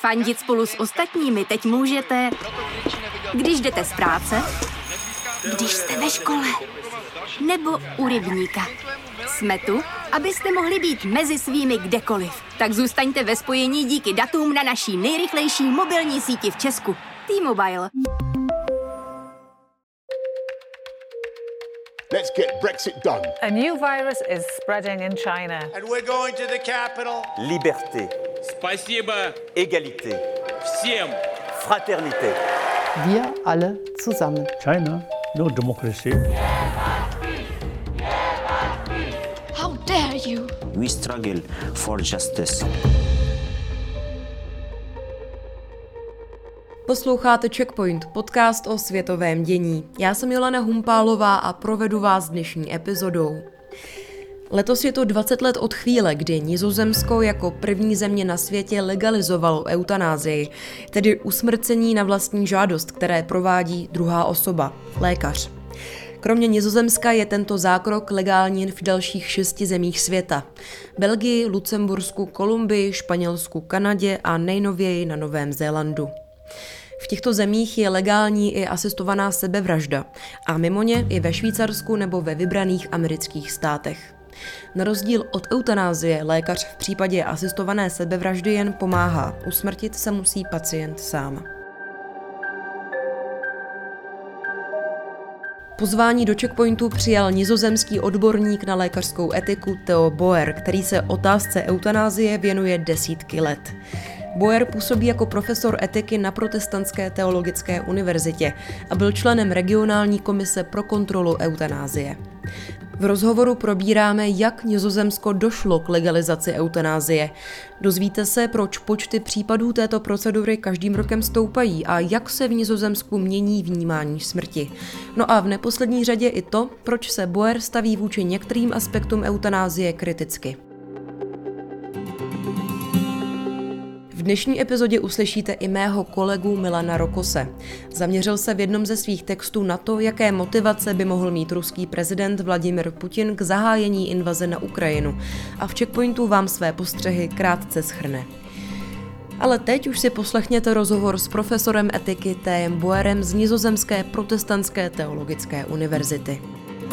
Fandit spolu s ostatními teď můžete, když jdete z práce, když jste ve škole, nebo u rybníka. Jsme tu, abyste mohli být mezi svými kdekoliv. Tak zůstaňte ve spojení díky datům na naší nejrychlejší mobilní síti v Česku. T-Mobile. Let's get Brexit done. A new virus is spreading in China. And we're going to the capital. Liberté. Спасибо. Égalité. Всем. Fraternité. Wir alle zusammen. China, no democracy. How dare you? We struggle for justice. Posloucháte Checkpoint, podcast o světovém dění. Já jsem Jolana Humpálová a provedu vás dnešní epizodou. Letos je to 20 let od chvíle, kdy Nizozemsko jako první země na světě legalizovalo eutanázii, tedy usmrcení na vlastní žádost, které provádí druhá osoba, lékař. Kromě Nizozemska je tento zákrok legální jen v dalších 6 zemích světa. Belgii, Lucembursku, Kolumbii, Španělsku, Kanadě a nejnověji na Novém Zélandu. V těchto zemích je legální i asistovaná sebevražda a mimo ně i ve Švýcarsku nebo ve vybraných amerických státech. Na rozdíl od eutanázie lékař v případě asistované sebevraždy jen pomáhá, usmrtit se musí pacient sám. Pozvání do Checkpointu přijal nizozemský odborník na lékařskou etiku Theo Boer, který se otázce eutanázie věnuje desítky let. Boer působí jako profesor etiky na Protestantské teologické univerzitě a byl členem regionální komise pro kontrolu eutanázie. V rozhovoru probíráme, jak Nizozemsko došlo k legalizaci eutanázie. Dozvíte se, proč počty případů této procedury každým rokem stoupají a jak se v Nizozemsku mění vnímání smrti. No a v neposlední řadě i to, proč se Boer staví vůči některým aspektům eutanázie kriticky. V dnešní epizodě uslyšíte i mého kolegu Milana Rokose. Zaměřil se v jednom ze svých textů na to, jaké motivace by mohl mít ruský prezident Vladimir Putin k zahájení invaze na Ukrajinu. A v Checkpointu vám své postřehy krátce shrne. Ale teď už si poslechněte rozhovor s profesorem etiky Theem Boerem z Nizozemské protestantské teologické univerzity.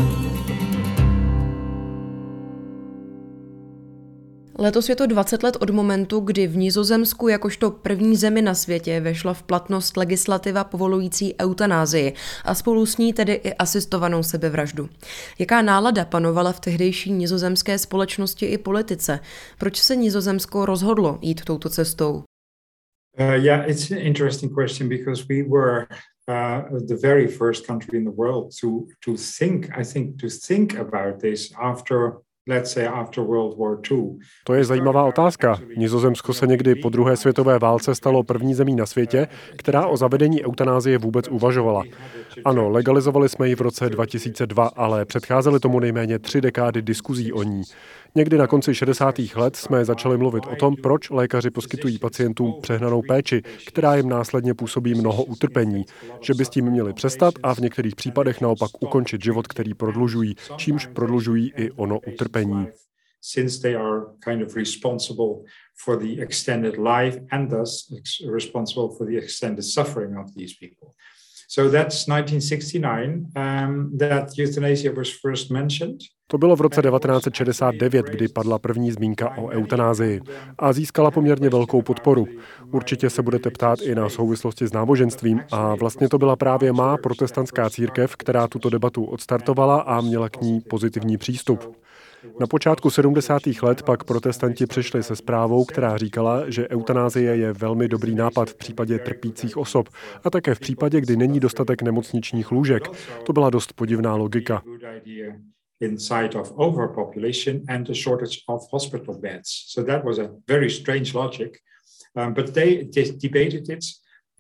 Letos je to 20 let od momentu, kdy v Nizozemsku jakožto první zemi na světě vešla v platnost legislativa povolující eutanázii a spolu s ní tedy i asistovanou sebevraždu. Jaká nálada panovala v tehdejší nizozemské společnosti i politice? Proč se Nizozemsko rozhodlo jít touto cestou? Yeah, it's an interesting question because we were the very first country in the world to think about this after World War II. To je zajímavá otázka. Nizozemsko se někdy po druhé světové válce stalo první zemí na světě, která o zavedení eutanázie vůbec uvažovala. Ano, legalizovali jsme ji v roce 2002, ale předcházely tomu nejméně 3 dekády diskuzí o ní. Někdy na konci 60. let jsme začali mluvit o tom, proč lékaři poskytují pacientům přehnanou péči, která jim následně působí mnoho utrpení, že by s tím měli přestat a v některých případech naopak ukončit život, který prodlužují, čímž prodlužují i ono utrpení. Since they are kind of responsible for the extended life and thus responsible for the extended suffering of these people. So that's 1969 that euthanasia was first mentioned. To bylo v roce 1969, kdy padla první zmínka o eutanázii a získala poměrně velkou podporu. Určitě se budete ptát i na souvislosti s náboženstvím a vlastně to byla právě má protestantská církev, která tuto debatu odstartovala a měla k ní pozitivní přístup. Na počátku 70. let pak protestanti přišli se zprávou, která říkala, že eutanázie je velmi dobrý nápad v případě trpících osob a také v případě, kdy není dostatek nemocničních lůžek. To byla dost podivná logika. Inside of overpopulation and a shortage of hospital beds. So that was a very strange logic, but they debated it,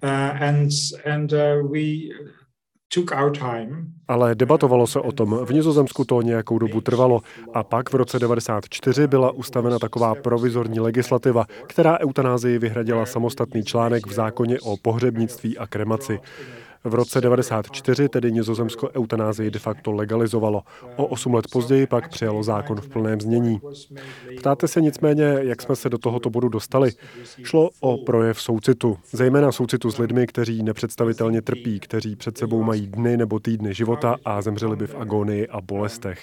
and we took our time. Ale debatovalo se o tom. V Nizozemsku to nějakou dobu trvalo a pak v roce 1994 byla ustavena taková provizorní legislativa, která eutanázii vyhradila samostatný článek v zákoně o pohřebnictví a kremaci. V roce 1994 tedy Nizozemsko eutanázii de facto legalizovalo. O 8 let později pak přijalo zákon v plném znění. Ptáte se nicméně, jak jsme se do tohoto bodu dostali? Šlo o projev soucitu, zejména soucitu s lidmi, kteří nepředstavitelně trpí, kteří před sebou mají dny nebo týdny života a zemřeli by v agónii a bolestech.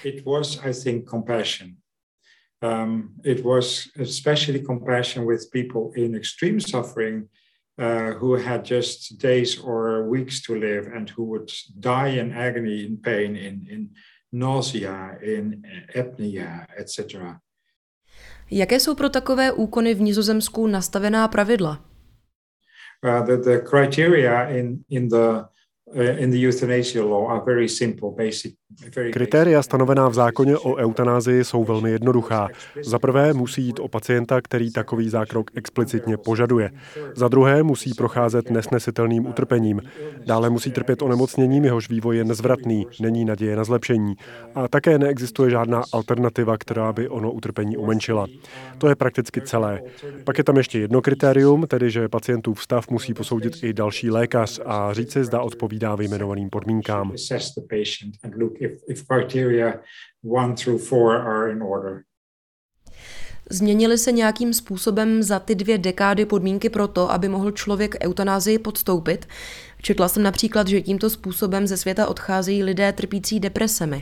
It was especially compassion with people in extreme suffering who had just days or weeks to live and who would die in agony, in pain, in nausea, in apnea, etc. Jaké jsou pro takové úkony v Nizozemsku nastavená pravidla? The criteria in the euthanasia law are very simple, basic. Kritéria stanovená v zákoně o eutanázii jsou velmi jednoduchá. Za prvé musí jít o pacienta, který takový zákrok explicitně požaduje. Za druhé musí procházet nesnesitelným utrpením. Dále musí trpět onemocněním, jehož vývoj je nezvratný, není naděje na zlepšení. A také neexistuje žádná alternativa, která by ono utrpení umenšila. To je prakticky celé. Pak je tam ještě jedno kritérium, tedy že pacientův stav musí posoudit i další lékař a říci, zda odpovídá vyjmenovaným podmínkám. If criteria 1 through 4 are in order. Změnily se nějakým způsobem za ty 2 dekády podmínky pro to, aby mohl člověk eutanázii podstoupit? Četla jsem například, že tímto způsobem ze světa odcházejí lidé trpící depresemi.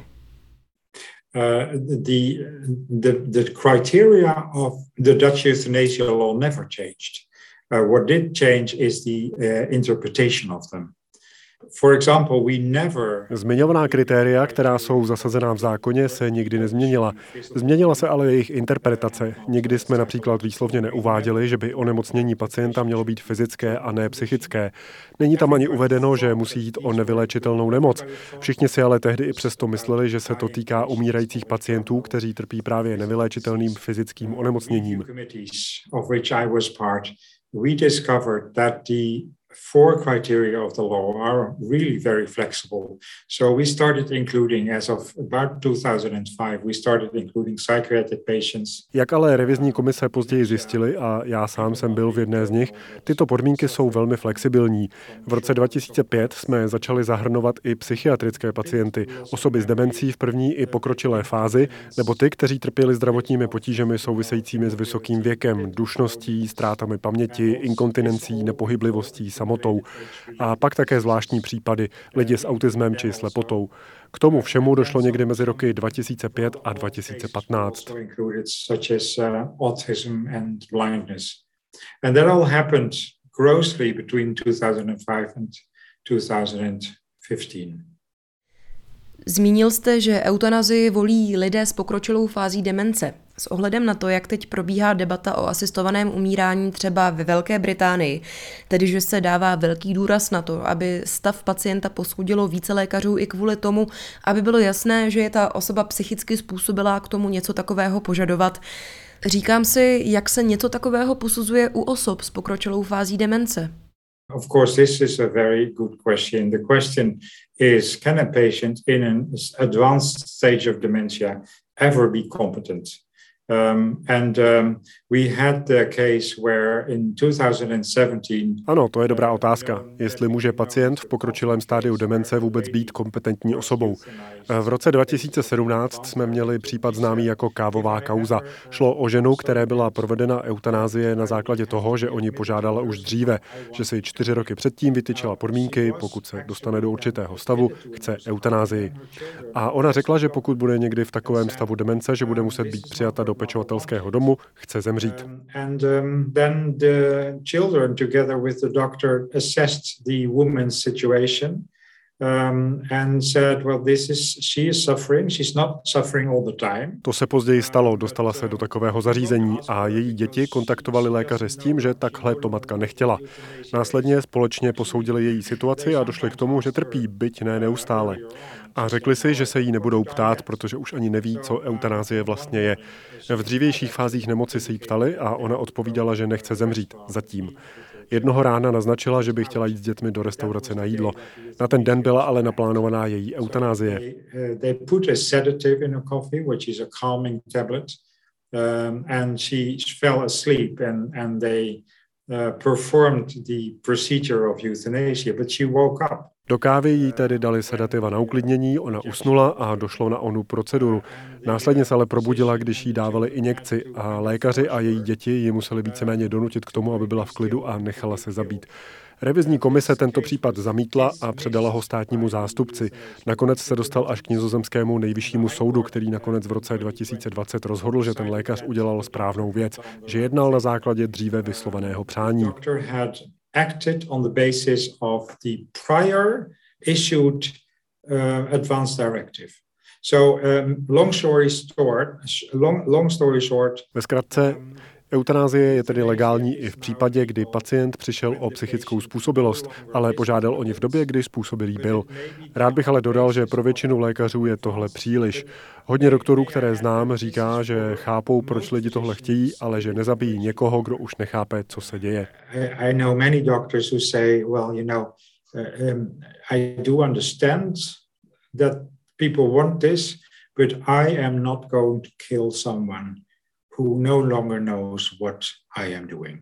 The criteria of the Dutch euthanasia law never changed. What did change is the interpretation of them. Zmiňovaná kritéria, která jsou zasazená v zákoně, se nikdy nezměnila. Změnila se ale jejich interpretace. Nikdy jsme například výslovně neuváděli, že by onemocnění pacienta mělo být fyzické a ne psychické. Není tam ani uvedeno, že musí jít o nevyléčitelnou nemoc. Všichni si ale tehdy i přesto mysleli, že se to týká umírajících pacientů, kteří trpí právě nevyléčitelným fyzickým onemocněním. 4 criteria of the law are really very flexible. So we started including, as of about 2005, we started including psychiatric patients. Jak ale revizní komise později zjistili, a já sám jsem byl v jedné z nich, tyto podmínky jsou velmi flexibilní. V roce 2005 jsme začali zahrnovat i psychiatrické pacienty, osoby s demencí v první i pokročilé fázi, nebo ty, kteří trpěli zdravotními potížemi souvisejícími s vysokým věkem, dušností, ztrátami paměti, inkontinencí, nepohyblivostí, samotou. A pak také zvláštní případy, lidi s autismem či slepotou. K tomu všemu došlo někdy mezi roky 2005 a 2015. And that all happened grossly between 2005 and 2015. Zmínil jste, že eutanazii volí lidé s pokročilou fází demence. S ohledem na to, jak teď probíhá debata o asistovaném umírání třeba ve Velké Británii, tedy že se dává velký důraz na to, aby stav pacienta posoudilo více lékařů i kvůli tomu, aby bylo jasné, že je ta osoba psychicky způsobilá k tomu něco takového požadovat. Říkám si, jak se něco takového posuzuje u osob s pokročilou fází demence. Of course, this is a very good question. The question is, can a patient in an advanced stage of dementia ever be competent? We had the case where in 2017... Ano, to je dobrá otázka. Jestli může pacient v pokročilém stádiu demence vůbec být kompetentní osobou. V roce 2017 jsme měli případ známý jako kávová kauza. Šlo o ženu, které byla provedena eutanázie na základě toho, že o ní požádala už dříve, že si 4 roky předtím vytyčila podmínky, pokud se dostane do určitého stavu, chce eutanázii. A ona řekla, že pokud bude někdy v takovém stavu demence, že bude muset být přijata do pečovatelského domu, chce zemřít. Then the children together with the doctor assessed the woman's situation and said, well, she is suffering, she's not suffering all the time. To se později stalo, dostala se do takového zařízení a její děti kontaktovali lékaře s tím, že takhle to matka nechtěla. Následně společně posoudili její situaci a došli k tomu, že trpí, byť ne neustále. A řekli si, že se jí nebudou ptát, protože už ani neví, co eutanázie vlastně je. V dřívějších fázích nemoci se jí ptali a ona odpovídala, že nechce zemřít. Zatím. Jednoho rána naznačila, že by chtěla jít s dětmi do restaurace na jídlo. Na ten den byla ale naplánovaná její eutanázie. They put a sedative in her coffee, which is a calming tablet, and she fell asleep and they performed the procedure of euthanasia, but she woke up. Do kávy jí tedy dali sedativa na uklidnění, ona usnula a došlo na onu proceduru. Následně se ale probudila, když jí dávali injekci a lékaři a její děti ji museli víceméně donutit k tomu, aby byla v klidu a nechala se zabít. Revizní komise tento případ zamítla a předala ho státnímu zástupci. Nakonec se dostal až k nizozemskému nejvyššímu soudu, který nakonec v roce 2020 rozhodl, že ten lékař udělal správnou věc, že jednal na základě dříve vysloveného přání. Acted on the basis of the prior issued advance directive. So long story short. Ve zkratce, eutanázie je tedy legální i v případě, kdy pacient přišel o psychickou způsobilost, ale požádal o ní v době, kdy způsobilý byl. Rád bych ale dodal, že pro většinu lékařů je tohle příliš. Hodně doktorů, které znám, říká, že chápou, proč lidi tohle chtějí, ale že nezabijí někoho, kdo už nechápe, co se děje. I know many doctors who say, well, I do understand that people want this, but I am not going to kill someone who no longer knows what I am doing.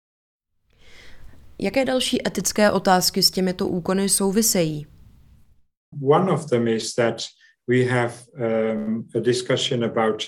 Jaké další etické otázky s těmito úkony souvisejí? One of them is that we have a discussion about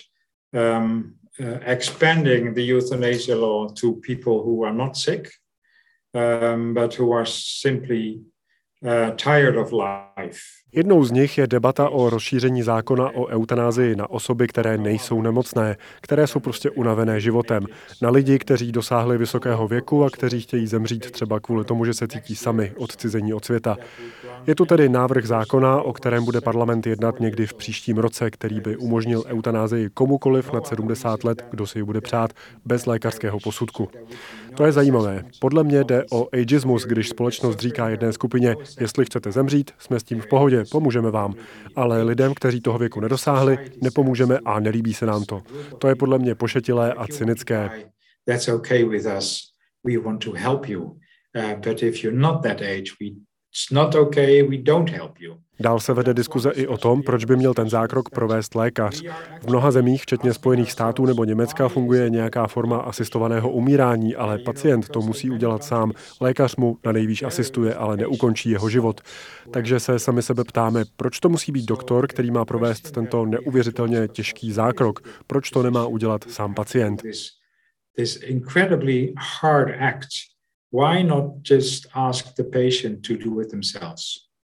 expanding the euthanasia law to people who are not sick, but who are simply tired of life. Jednou z nich je debata o rozšíření zákona o eutanázii na osoby, které nejsou nemocné, které jsou prostě unavené životem, na lidi, kteří dosáhli vysokého věku a kteří chtějí zemřít třeba kvůli tomu, že se cítí sami odcizení od světa. Je tu tedy návrh zákona, o kterém bude parlament jednat někdy v příštím roce, který by umožnil eutanázii komukoliv nad 70 let, kdo si ji bude přát, bez lékařského posudku. To je zajímavé. Podle mě jde o ageismus, když společnost říká jedné skupině, jestli chcete zemřít, jsme s tím v pohodě, pomůžeme vám. Ale lidem, kteří toho věku nedosáhli, nepomůžeme a nelíbí se nám to. To je podle mě pošetilé a cynické. That's okay with us. We want to help you. But if you're not that age, it's not okay, we don't help you. Dál se vede diskuze i o tom, proč by měl ten zákrok provést lékař. V mnoha zemích, včetně Spojených států nebo Německa, funguje nějaká forma asistovaného umírání, ale pacient to musí udělat sám. Lékař mu na nejvýš asistuje, ale neukončí jeho život. Takže se sami sebe ptáme, proč to musí být doktor, který má provést tento neuvěřitelně těžký zákrok? Proč to nemá udělat sám pacient? This incredibly hard act. Why not just ask the patient to do it themselves?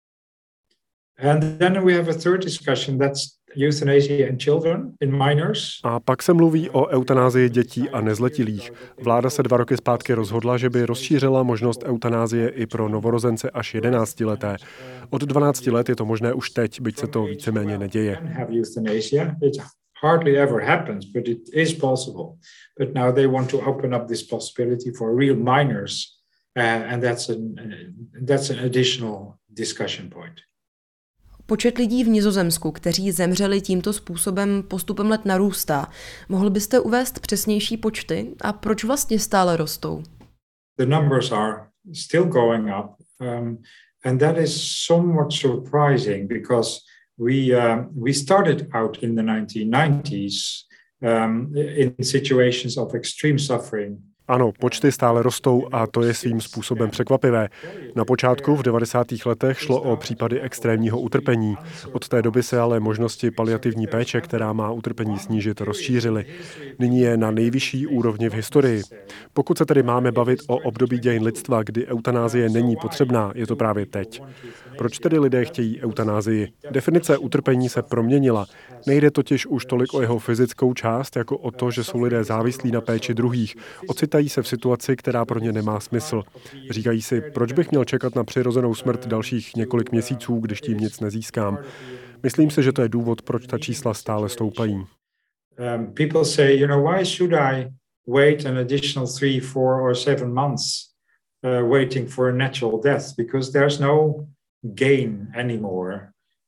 And then we have a third discussion, that's euthanasia in children, in minors. A pak se mluví o eutanázii dětí a nezletilých. Vláda se 2 roky zpátky rozhodla, že by rozšířila možnost eutanázie i pro novorozence až 11leté. Od 12 let je to možné už teď, byť se to víceméně neděje. Hardly ever happens, but it is possible. But now they want to open up this possibility for real minors, and that's an additional discussion point. Počet lidí v Nizozemsku, kteří zemřeli tímto způsobem, postupem let narůstá. Mohl byste uvést přesnější počty a proč vlastně stále rostou? The numbers are still going up, and that is somewhat surprising because we started out in the 1990s in situations of extreme suffering. Ano, počty stále rostou a to je svým způsobem překvapivé. Na počátku v 90. letech šlo o případy extrémního utrpení. Od té doby se ale možnosti paliativní péče, která má utrpení snížit, rozšířily. Nyní je na nejvyšší úrovni v historii. Pokud se tedy máme bavit o období dějin lidstva, kdy eutanázie není potřebná, je to právě teď. Proč tedy lidé chtějí eutanázii? Definice utrpení se proměnila. Nejde totiž už tolik o jeho fyzickou část, jako o to, že jsou lidé závislí na péči druhých. Ocitají se v situaci, která pro ně nemá smysl. Říkají si, proč bych měl čekat na přirozenou smrt dalších několik měsíců, když tím nic nezískám. Myslím si, že to je důvod, proč ta čísla stále stoupají. People say, why should I wait an additional 3, 4 or 7 months waiting for a natural death? Because there's no gain anymore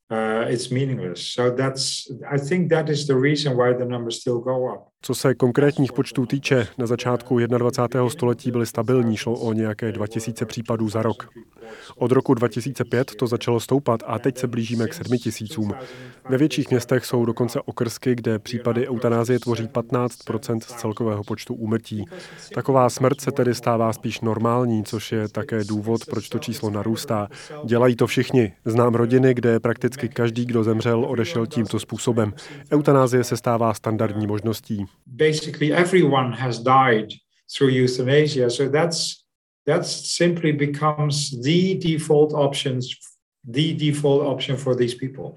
it's meaningless. So I think that is the reason why the numbers still go up. Co se konkrétních počtů týče, na začátku 21. století byly stabilní, šlo o nějaké 2000 případů za rok. Od roku 2005 to začalo stoupat a teď se blížíme k 7000. Ve větších městech jsou dokonce okrsky, kde případy eutanázie tvoří 15% z celkového počtu úmrtí. Taková smrt se tedy stává spíš normální, což je také důvod, proč to číslo narůstá. Dělají to všichni. Znám rodiny, kde prakticky každý, kdo zemřel, odešel tímto způsobem. Eutanázie se stává standardní možností. Basically everyone has died through euthanasia, so that simply becomes the default option for these people.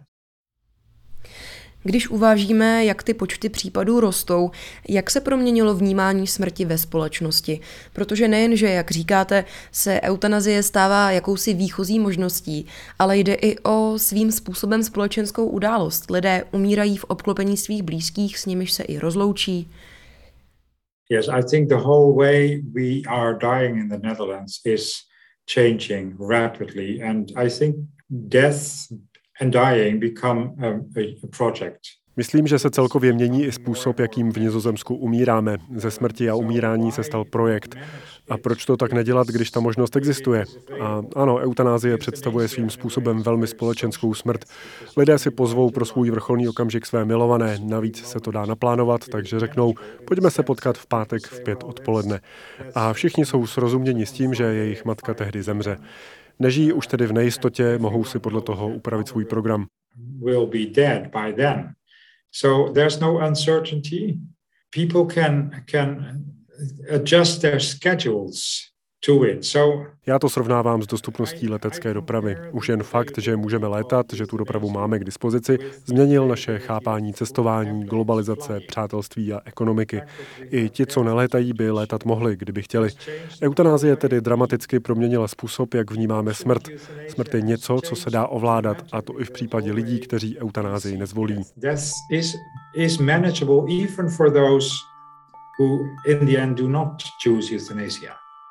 Když uvážíme, jak ty počty případů rostou, jak se proměnilo vnímání smrti ve společnosti? Protože nejenže, jak říkáte, se eutanazie stává jakousi výchozí možností, ale jde i o svým způsobem společenskou událost. Lidé umírají v obklopení svých blízkých, s nimiž se i rozloučí. Yes, I think the whole way we are dying in the Netherlands is changing rapidly, and I think death and dying become a project. Myslím, že se celkově mění i způsob, jakým v Nizozemsku umíráme. Ze smrti a umírání se stal projekt. A proč to tak nedělat, když ta možnost existuje? A ano, eutanázie představuje svým způsobem velmi společenskou smrt. Lidé si pozvou pro svůj vrcholný okamžik své milované. Navíc se to dá naplánovat, takže řeknou, pojďme se potkat v pátek v 5 odpoledne. A všichni jsou srozuměni s tím, že jejich matka tehdy zemře. Nežijí už tedy v nejistotě, mohou si podle toho upravit svůj program. Will be dead by then. So there's no uncertainty. People can adjust their schedules to it. So já to srovnávám s dostupností letecké dopravy. Už jen fakt, že můžeme létat, že tu dopravu máme k dispozici, změnil naše chápání cestování, globalizace, přátelství a ekonomiky. I ti, co nelétají, by létat mohli, kdyby chtěli. Eutanázie tedy dramaticky proměnila způsob, jak vnímáme smrt. Smrt je něco, co se dá ovládat, a to i v případě lidí, kteří eutanázii nezvolí. Death is manageable even for those who in the end do not choose euthanasia.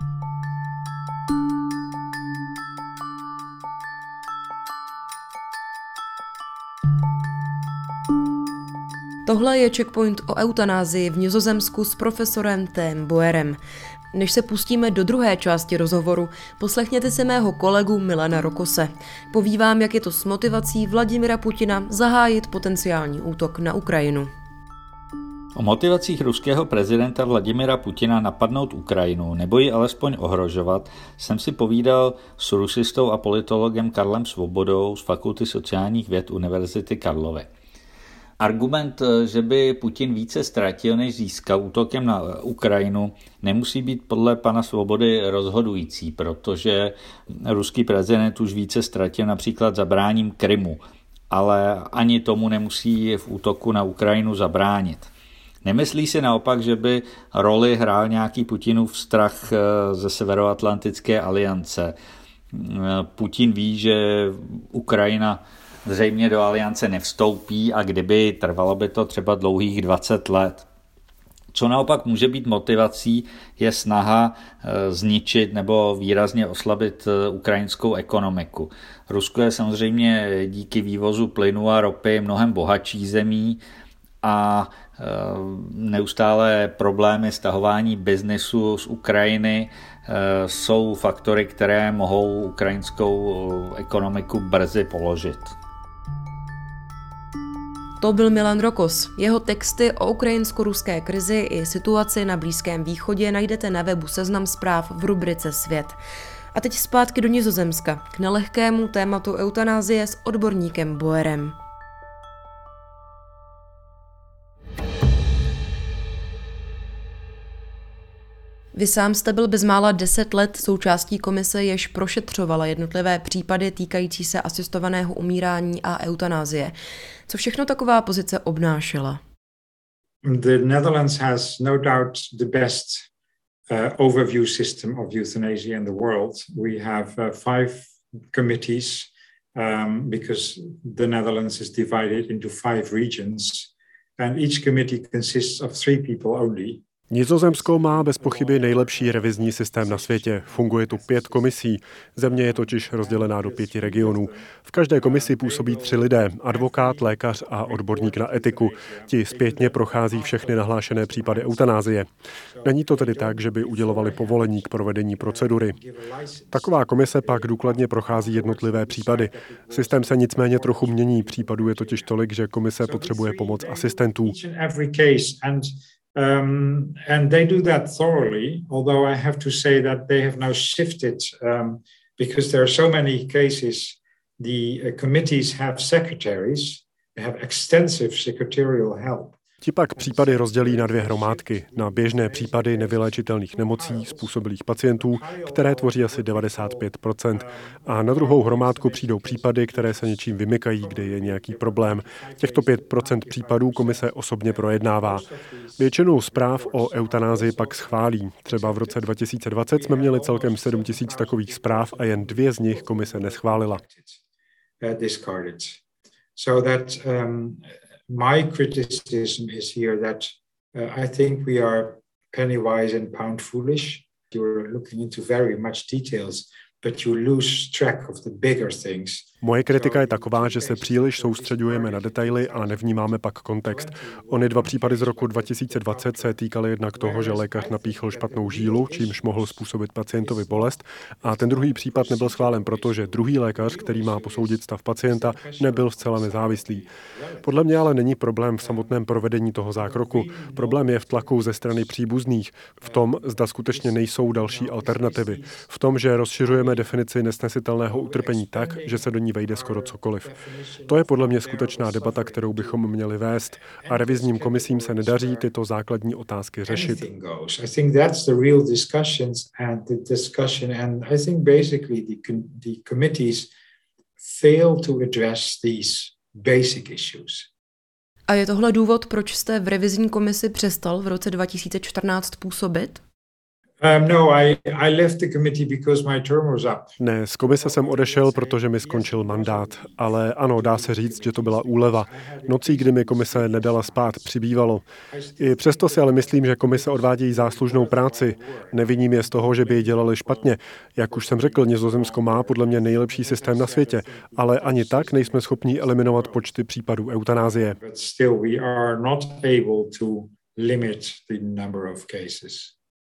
Tohle je Checkpoint o eutanázii v Nizozemsku s profesorem T. Boerem. Než se pustíme do druhé části rozhovoru, poslechněte si mého kolegu Milana Rokose. Poví vám, jak je to s motivací Vladimira Putina zahájit potenciální útok na Ukrajinu. O motivacích ruského prezidenta Vladimira Putina napadnout Ukrajinu nebo ji alespoň ohrožovat jsem si povídal s rusistou a politologem Karlem Svobodou z Fakulty sociálních věd Univerzity Karlovy. Argument, že by Putin více ztratil, než získal útokem na Ukrajinu, nemusí být podle pana Svobody rozhodující, protože ruský prezident už více ztratil například zabráním Krymu, ale ani tomu nemusí v útoku na Ukrajinu zabránit. Nemyslí si naopak, že by roli hrál nějaký Putinův strach ze Severoatlantické aliance. Putin ví, že Ukrajina zřejmě do aliance nevstoupí a kdyby, trvalo by to třeba dlouhých 20 let. Co naopak může být motivací, je snaha zničit nebo výrazně oslabit ukrajinskou ekonomiku. Rusko je samozřejmě díky vývozu plynu a ropy mnohem bohatší zemí a neustále problémy stahování biznesu z Ukrajiny jsou faktory, které mohou ukrajinskou ekonomiku brzy položit. To byl Milan Rokos. Jeho texty o ukrajinsko-ruské krizi i situaci na Blízkém východě najdete na webu Seznam zpráv v rubrice Svět. A teď zpátky do Nizozemska, k nelehkému tématu eutanázie s odborníkem Boerem. Vy sám jste byl bezmála 10 let součástí komise, jež prošetřovala jednotlivé případy týkající se asistovaného umírání a eutanázie. Co všechno taková pozice obnášela? The Netherlands has no doubt the best overview system of euthanasia in the world. We have 5 committees because the Netherlands is divided into 5 regions and each committee consists of 3 people only. Nizozemsko má bez pochyby nejlepší revizní systém na světě. Funguje tu 5 komisí. Země je totiž rozdělená do 5 regionů. V každé komisi působí 3 lidé, advokát, lékař a odborník na etiku. Ti zpětně prochází všechny nahlášené případy eutanázie. Není to tedy tak, že by udělovali povolení k provedení procedury. Taková komise pak důkladně prochází jednotlivé případy. Systém se nicméně trochu mění, případů je totiž tolik, že komise potřebuje pomoc asistentů. And they do that thoroughly, although I have to say that they have now shifted because there are so many cases. The committees have secretaries, they have extensive secretarial help. Ti pak případy rozdělí na 2 hromádky. Na běžné případy nevyléčitelných nemocí způsobilých pacientů, které tvoří asi 95%. A na druhou hromádku přijdou případy, které se něčím vymykají, kde je nějaký problém. Těchto 5% případů komise osobně projednává. Většinu zpráv o eutanázii pak schválí. Třeba v roce 2020 jsme měli celkem 7 000 takových zpráv a jen 2 z nich komise neschválila. My criticism is here that I think we are penny wise and pound foolish. You're looking into very much details, but you lose track of the bigger things. Moje kritika je taková, že se příliš soustředujeme na detaily a nevnímáme pak kontext. Ony 2 případy z roku 2020 se týkaly jednak toho, že lékař napíchl špatnou žílu, čímž mohl způsobit pacientovi bolest, a ten druhý případ nebyl schválen proto, že druhý lékař, který má posoudit stav pacienta, nebyl zcela nezávislý. Podle mě ale není problém v samotném provedení toho zákroku. Problém je v tlaku ze strany příbuzných, v tom, zda skutečně nejsou další alternativy, v tom, že rozšiřujeme definici nesnesitelného utrpení tak, že se do ní vejde skoro cokoliv. To je podle mě skutečná debata, kterou bychom měli vést, a revizním komisím se nedaří tyto základní otázky řešit. A je tohle důvod, proč jste v revizní komisi přestal v roce 2014 působit? No, I left the committee because my term was up. Ne, z komise jsem odešel, protože mi skončil mandát. Ale ano, dá se říct, že to byla úleva. Nocí, kdy mi komise nedala spát, přibývalo. I přesto si ale myslím, že komise odvádějí záslužnou práci. Neviním je z toho, že by ji dělali špatně. Jak už jsem řekl, Nizozemsko má podle mě nejlepší systém na světě, ale ani tak nejsme schopni eliminovat počty případů eutanázie. But still we are not able to limit the number of cases.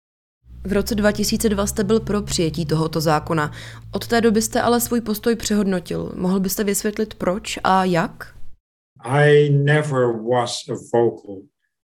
V roce 2002 jste byl pro přijetí tohoto zákona. Od té doby jste ale svůj postoj přehodnotil. Mohl byste vysvětlit proč a jak? I never was a vocal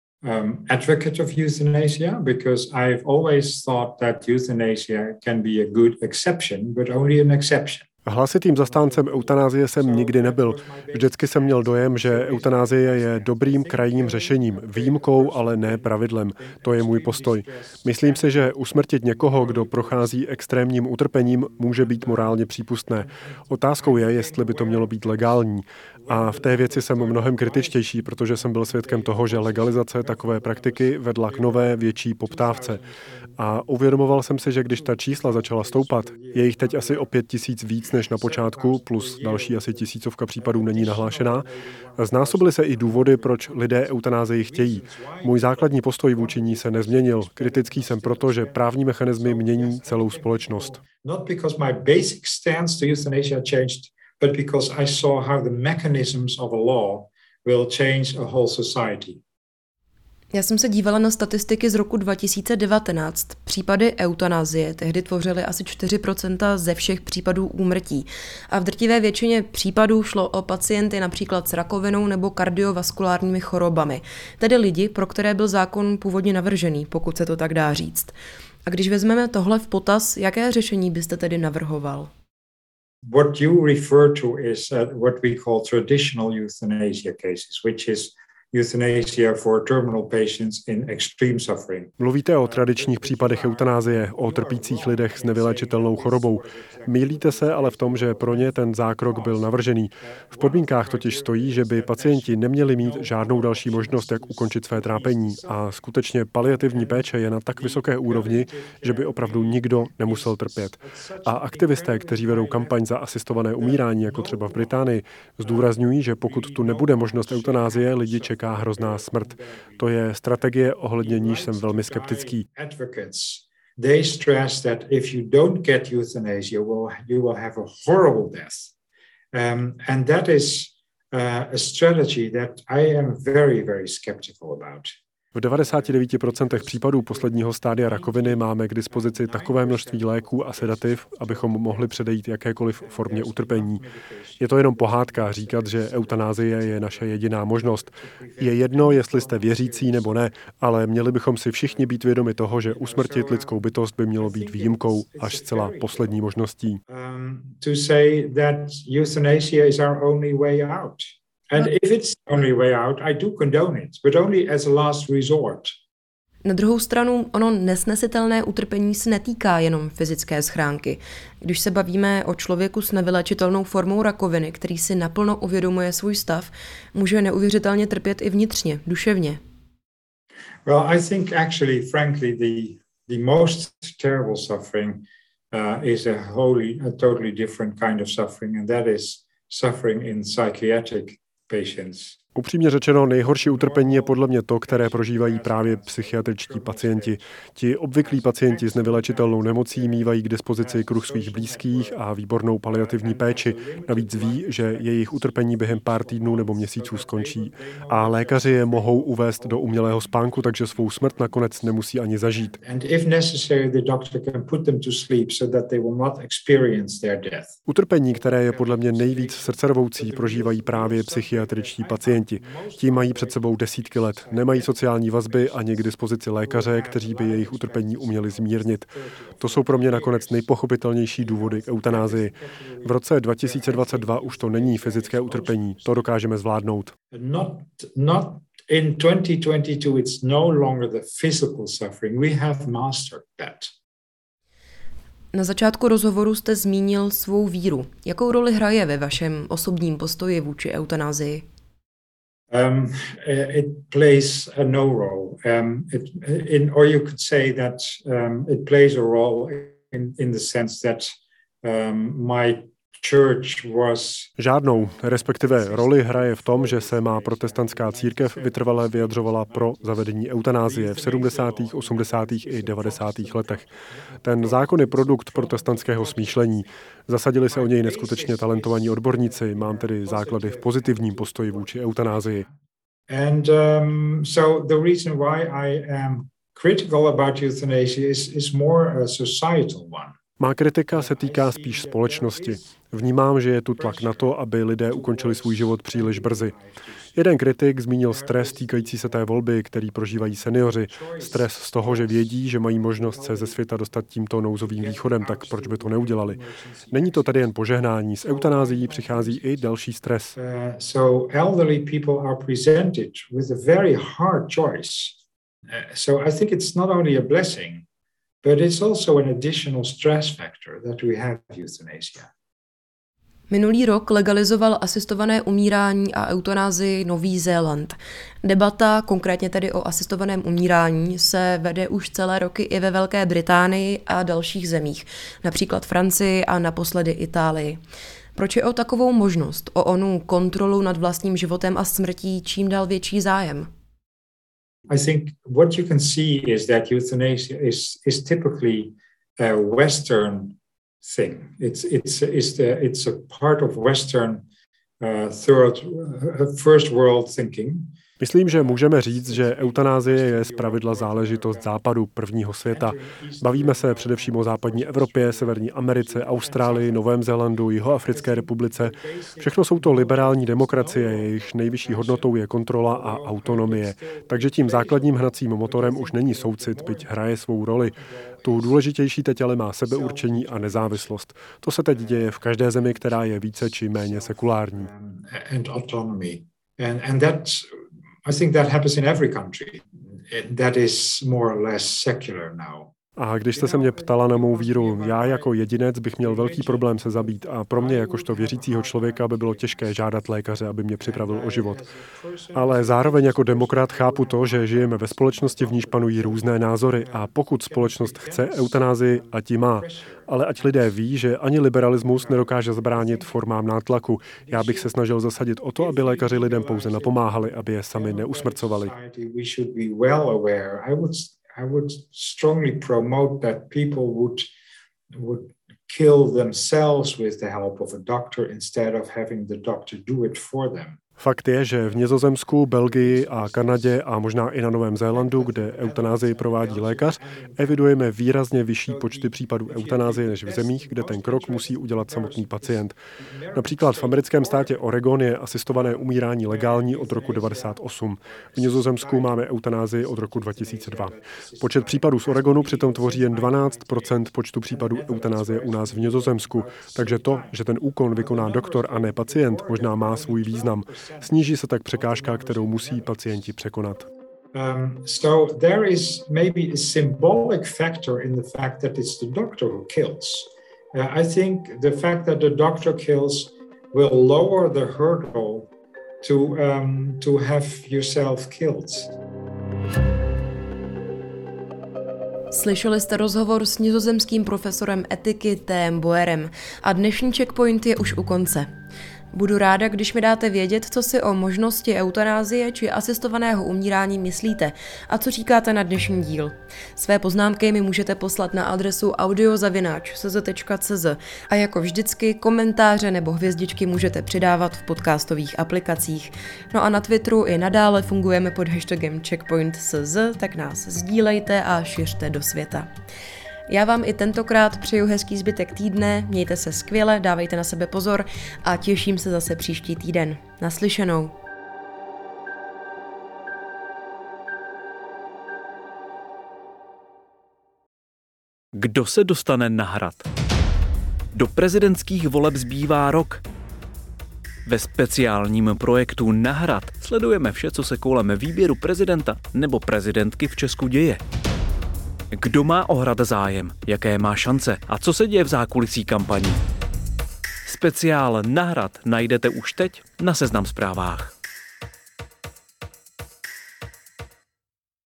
advocate of euthanasia because I've always thought that euthanasia can be a good exception, but only an exception. Hlasitým zastáncem eutanázie jsem nikdy nebyl. Vždycky jsem měl dojem, že eutanázie je dobrým krajním řešením, výjimkou, ale ne pravidlem. To je můj postoj. Myslím si, že usmrtit někoho, kdo prochází extrémním utrpením, může být morálně přípustné. Otázkou je, jestli by to mělo být legální. A v té věci jsem mnohem kritičtější, protože jsem byl svědkem toho, že legalizace takové praktiky vedla k nové, větší poptávce. A uvědomoval jsem si, že když ta čísla začala stoupat, je jich teď asi o 5 000 víc než na počátku, plus další asi 1000 případů není nahlášená. Znásobily se i důvody, proč lidé eutanázii chtějí. Můj základní postoj vůči ní se nezměnil. Kritický jsem proto, že právní mechanismy mění celou společnost. Not because my basic stance to euthanasia changed, but because I saw how the mechanisms of a law will change a whole society. Já jsem se dívala na statistiky z roku 2019. Případy eutanázie tehdy tvořily asi 4% ze všech případů úmrtí. A v drtivé většině případů šlo o pacienty například s rakovinou nebo kardiovaskulárními chorobami. Tedy lidi, pro které byl zákon původně navržený, pokud se to tak dá říct. A když vezmeme tohle v potaz, jaké řešení byste tedy navrhoval? What you refer to is what we call traditional euthanasia cases, which is euthanasia for terminal patients in extreme suffering. Mluvíte o tradičních případech eutanázie, o trpících lidech s nevyléčitelnou chorobou. Mýlíte se ale v tom, že pro ně ten zákrok byl navržený. V podmínkách totiž stojí, že by pacienti neměli mít žádnou další možnost, jak ukončit své trápení. A skutečně paliativní péče je na tak vysoké úrovni, že by opravdu nikdo nemusel trpět. A aktivisté, kteří vedou kampaň za asistované umírání, jako třeba v Británii, zdůrazňují, že pokud tu nebude možnost eutanázie, lidi čekají čeká hrozná smrt. To je strategie, ohledně níž jsem velmi skeptický. They stress that if you don't get euthanasia, you will have a horrible death. And that is a strategy that I am very, very skeptical about. V 99% případů posledního stádia rakoviny máme k dispozici takové množství léků a sedativ, abychom mohli předejít jakékoliv formě utrpení. Je to jenom pohádka říkat, že eutanázie je naše jediná možnost. Je jedno, jestli jste věřící nebo ne, ale měli bychom si všichni být vědomi toho, že usmrtit lidskou bytost by mělo být výjimkou až zcela poslední možností. To say that euthanasia is our only way out. And if it's the only way out, I do condone it, but only as a last resort. Na druhou stranu, ono nesnesitelné utrpení se netýká jenom fyzické schránky. Když se bavíme o člověku s nevylečitelnou formou rakoviny, který si naplno uvědomuje svůj stav, může neuvěřitelně trpět i vnitřně, duševně. Well, I think actually, frankly, the most terrible suffering is a totally different kind of suffering, and that is suffering in psychiatric patients. Upřímně řečeno, nejhorší utrpení je podle mě to, které prožívají právě psychiatričtí pacienti. Ti obvyklí pacienti s nevylečitelnou nemocí mívají k dispozici kruh svých blízkých a výbornou paliativní péči. Navíc ví, že jejich utrpení během pár týdnů nebo měsíců skončí. A lékaři je mohou uvést do umělého spánku, takže svou smrt nakonec nemusí ani zažít. Utrpení, které je podle mě nejvíc srdcervoucí, prožívají právě psychiatričtí pacienti. Ti mají před sebou desítky let, nemají sociální vazby ani k dispozici lékaře, kteří by jejich utrpení uměli zmírnit. To jsou pro mě nakonec nejpochopitelnější důvody k eutanázii. V roce 2022 už to není fyzické utrpení, to dokážeme zvládnout. In 2022 it's no longer the physical suffering. We have mastered that. Na začátku rozhovoru jste zmínil svou víru. Jakou roli hraje ve vašem osobním postoji vůči eutanázii? It plays no role. Or you could say that it plays a role in the sense that my church was... Žádnou, respektive roli hraje v tom, že se má protestantská církev vytrvale vyjadřovala pro zavedení eutanázie v 70., 80. i 90. letech. Ten zákon je produkt protestantského smýšlení. Zasadili se o něj neskutečně talentovaní odborníci, mám tedy základy v pozitivním postoji vůči eutanázii. And so the reason why I am critical about euthanasia is more a societal one. Má kritika se týká spíš společnosti. Vnímám, že je tu tlak na to, aby lidé ukončili svůj život příliš brzy. Jeden kritik zmínil stres týkající se té volby, který prožívají seniori. Stres z toho, že vědí, že mají možnost se ze světa dostat tímto nouzovým východem, tak proč by to neudělali? Není to tedy jen požehnání. S eutanázií přichází i další stres. So elderly people are presented with a very hard choice. So I think it's not only a blessing, but it's also an additional stress factor that we have euthanasia. Minulý rok legalizoval asistované umírání a eutanázii Nový Zéland. Debata, konkrétně tedy o asistovaném umírání, se vede už celé roky i ve Velké Británii a dalších zemích, například Francii a naposledy Itálii. Proč je o takovou možnost, o onu kontrolu nad vlastním životem a smrtí čím dál větší zájem? I think what you can see is that euthanasia is typically a Western thing. It's a part of Western first world thinking. Myslím, že můžeme říct, že eutanázie je zpravidla záležitost západu prvního světa. Bavíme se především o západní Evropě, Severní Americe, Austrálii, Novém Zélandu, Jihoafrické republice. Všechno jsou to liberální demokracie, jejichž nejvyšší hodnotou je kontrola a autonomie. Takže tím základním hnacím motorem už není soucit, byť hraje svou roli. Tu důležitější teď ale má sebeurčení a nezávislost. To se teď děje v každé zemi, která je více či méně sekulární. And I think that happens in every country that is more or less secular now. A když jste se mě ptala na mou víru, já jako jedinec bych měl velký problém se zabít a pro mě jakožto věřícího člověka by bylo těžké žádat lékaře, aby mě připravil o život. Ale zároveň jako demokrat chápu to, že žijeme ve společnosti, v níž panují různé názory a pokud společnost chce eutanázii, ať ji má. Ale ať lidé ví, že ani liberalismus nedokáže zabránit formám nátlaku. Já bych se snažil zasadit o to, aby lékaři lidem pouze napomáhali, aby je sami neusmrcovali. I would strongly promote that people would kill themselves with the help of a doctor instead of having the doctor do it for them. Fakt je, že v Nizozemsku, Belgii a Kanadě a možná i na Novém Zélandu, kde eutanázii provádí lékař, evidujeme výrazně vyšší počty případů eutanázie než v zemích, kde ten krok musí udělat samotný pacient. Například v americkém státě Oregon je asistované umírání legální od roku 1998. V Nizozemsku máme eutanázii od roku 2002. Počet případů z Oregonu přitom tvoří jen 12% počtu případů eutanázie u nás v Nizozemsku, takže to, že ten úkon vykoná doktor a ne pacient, možná má svůj význam. Sníží se tak překážka, kterou musí pacienti překonat. So there is maybe a symbolic factor in the fact that it's the doctor who kills. I think the fact that the doctor kills will lower the hurdle to have yourself killed. Slyšeli jste rozhovor s nizozemským profesorem etiky T.M. Boerem a dnešní checkpoint je už u konce. Budu ráda, když mi dáte vědět, co si o možnosti eutanázie či asistovaného umírání myslíte a co říkáte na dnešní díl. Své poznámky mi můžete poslat na adresu audio@cz.cz a jako vždycky komentáře nebo hvězdičky můžete přidávat v podcastových aplikacích. No a na Twitteru i nadále fungujeme pod hashtagem checkpoint.cz, tak nás sdílejte a šiřte do světa. Já vám i tentokrát přeju hezký zbytek týdne, mějte se skvěle, dávejte na sebe pozor a těším se zase příští týden. Naslyšenou. Kdo se dostane na Hrad? Do prezidentských voleb zbývá rok. Ve speciálním projektu Na Hrad sledujeme vše, co se kolem výběru prezidenta nebo prezidentky v Česku děje. Kdo má o Hrad zájem, jaké má šance a co se děje v zákulisí kampaní. Speciál Na Hrad najdete už teď na Seznam Zprávách.